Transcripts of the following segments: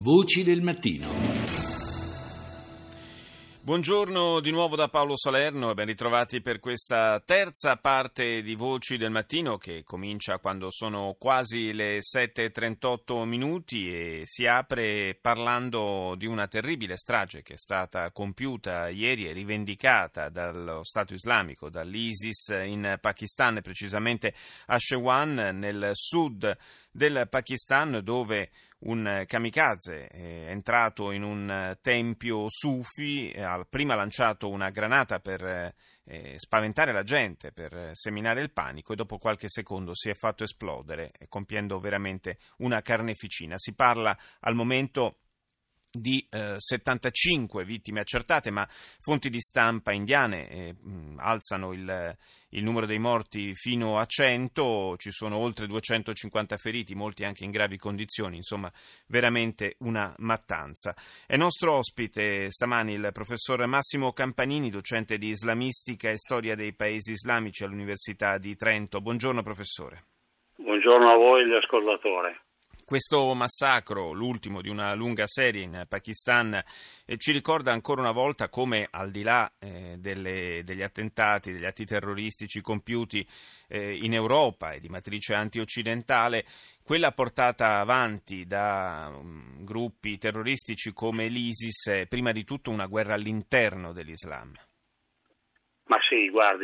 Voci del mattino. Buongiorno di nuovo da Paolo Salerno e ben ritrovati per questa terza parte di Voci del Mattino che comincia quando sono quasi le 7:38 minuti e si apre parlando di una terribile strage che è stata compiuta ieri e rivendicata dallo Stato Islamico, dall'ISIS in Pakistan, precisamente a Shewan nel sud del Pakistan, dove un kamikaze è entrato in un tempio sufi, ha prima lanciato una granata per spaventare la gente, per seminare il panico, e dopo qualche secondo si è fatto esplodere, compiendo veramente una carneficina. Si parla al momento di 75 vittime accertate, ma fonti di stampa indiane alzano il numero dei morti fino a 100, ci sono oltre 250 feriti, molti anche in gravi condizioni, insomma veramente una mattanza. È nostro ospite stamani il professor Massimo Campanini, docente di islamistica e storia dei paesi islamici all'Università di Trento. Buongiorno professore. Buongiorno a voi gli ascoltatori. Questo massacro, l'ultimo di una lunga serie in Pakistan, ci ricorda ancora una volta come, al di là degli attentati, degli atti terroristici compiuti in Europa e di matrice antioccidentale, quella portata avanti da gruppi terroristici come l'ISIS è prima di tutto una guerra all'interno dell'Islam. Ma sì, guardi,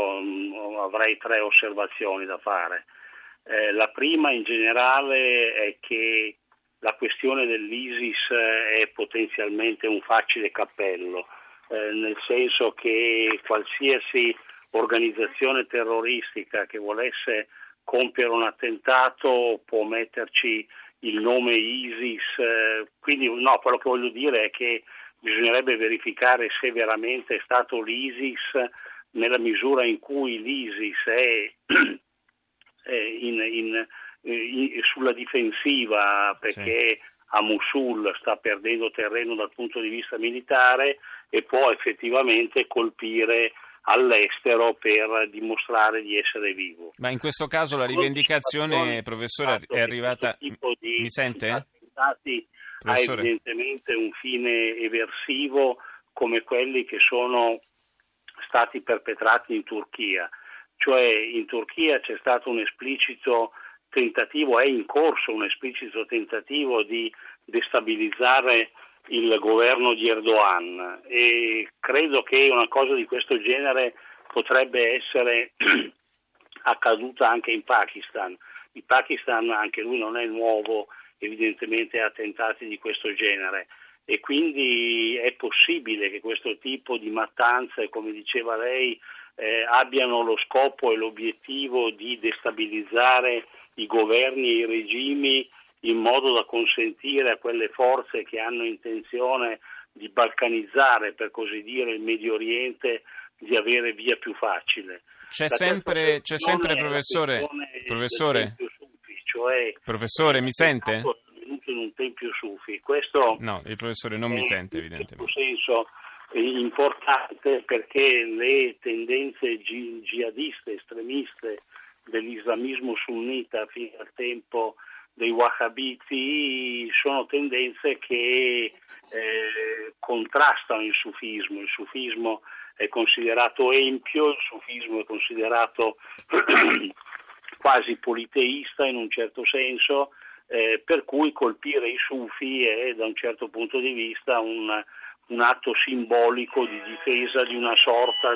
io avrei tre osservazioni da fare. La prima in generale è che la questione dell'ISIS è potenzialmente un facile cappello, nel senso che qualsiasi organizzazione terroristica che volesse compiere un attentato può metterci il nome ISIS, quindi no, quello che voglio dire è che bisognerebbe verificare se veramente è stato l'ISIS, nella misura in cui l'ISIS è sulla difensiva perché sì, a Mosul sta perdendo terreno dal punto di vista militare e può effettivamente colpire all'estero per dimostrare di essere vivo. Ma in questo caso la rivendicazione, professore, è arrivata... Mi sente? Ha evidentemente un fine eversivo come quelli che sono stati perpetrati in Turchia. Cioè in Turchia c'è stato un esplicito tentativo, è in corso un esplicito tentativo di destabilizzare il governo di Erdogan e credo che una cosa di questo genere potrebbe essere accaduta anche in Pakistan. Il Pakistan anche lui non è nuovo evidentemente a attentati di questo genere e quindi è possibile che questo tipo di mattanze, come diceva lei, abbiano lo scopo e l'obiettivo di destabilizzare i governi e i regimi in modo da consentire a quelle forze che hanno intenzione di balcanizzare, per così dire, il Medio Oriente di avere via più facile. C'è sempre professore, professore, mi sente? In un tempio sufi. Questo no, il professore non mi sente evidentemente. In questo senso è importante perché le tendenze jihadiste, estremiste dell'islamismo sunnita fino al tempo dei wahhabiti sono tendenze che contrastano il sufismo. Il sufismo è considerato empio, il sufismo è considerato quasi politeista in un certo senso, per cui colpire i sufi è da un certo punto di vista un atto simbolico di difesa di una sorta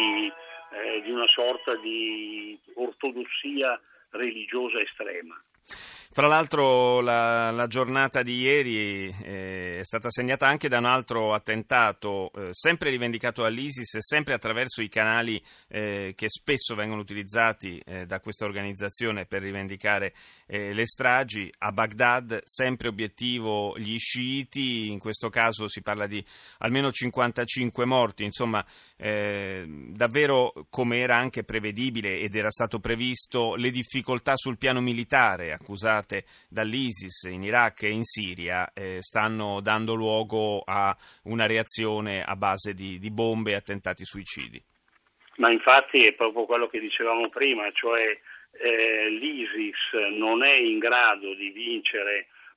di ortodossia religiosa estrema. Fra l'altro la giornata di ieri è stata segnata anche da un altro attentato, sempre rivendicato dall'ISIS e sempre attraverso i canali che spesso vengono utilizzati da questa organizzazione per rivendicare le stragi. A Baghdad, sempre obiettivo gli sciiti, in questo caso si parla di almeno 55 morti, insomma davvero, come era anche prevedibile ed era stato previsto, le difficoltà sul piano militare accusate dall'ISIS in Iraq e in Siria stanno dando luogo a una reazione a base di bombe e attentati suicidi. Ma infatti è proprio quello che dicevamo prima, cioè l'ISIS non è in grado di vincere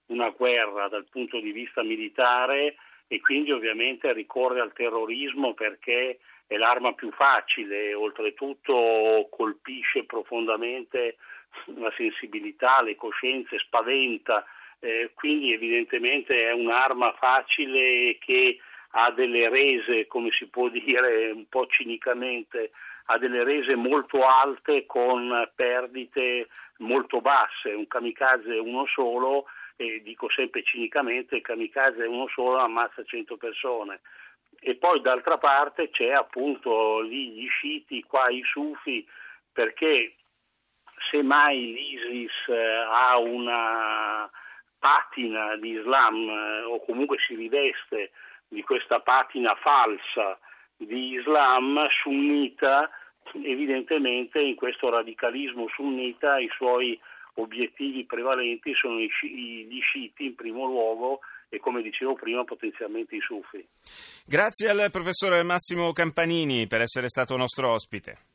una guerra dal punto di vista militare e quindi ovviamente ricorre al terrorismo perché è l'arma più facile e oltretutto colpisce profondamente la sensibilità, le coscienze, spaventa, quindi evidentemente è un'arma facile che ha delle rese, come si può dire un po' cinicamente, ha delle rese molto alte con perdite molto basse. Un kamikaze uno solo, e dico sempre cinicamente, il kamikaze uno solo ammazza 100 persone. E poi d'altra parte c'è appunto lì gli sciiti, qua i sufi, perché se mai l'ISIS ha una patina di Islam o comunque si riveste di questa patina falsa di Islam sunnita, evidentemente in questo radicalismo sunnita i suoi obiettivi prevalenti sono gli sciiti in primo luogo e, come dicevo prima, potenzialmente i sufi. Grazie al professor Massimo Campanini per essere stato nostro ospite.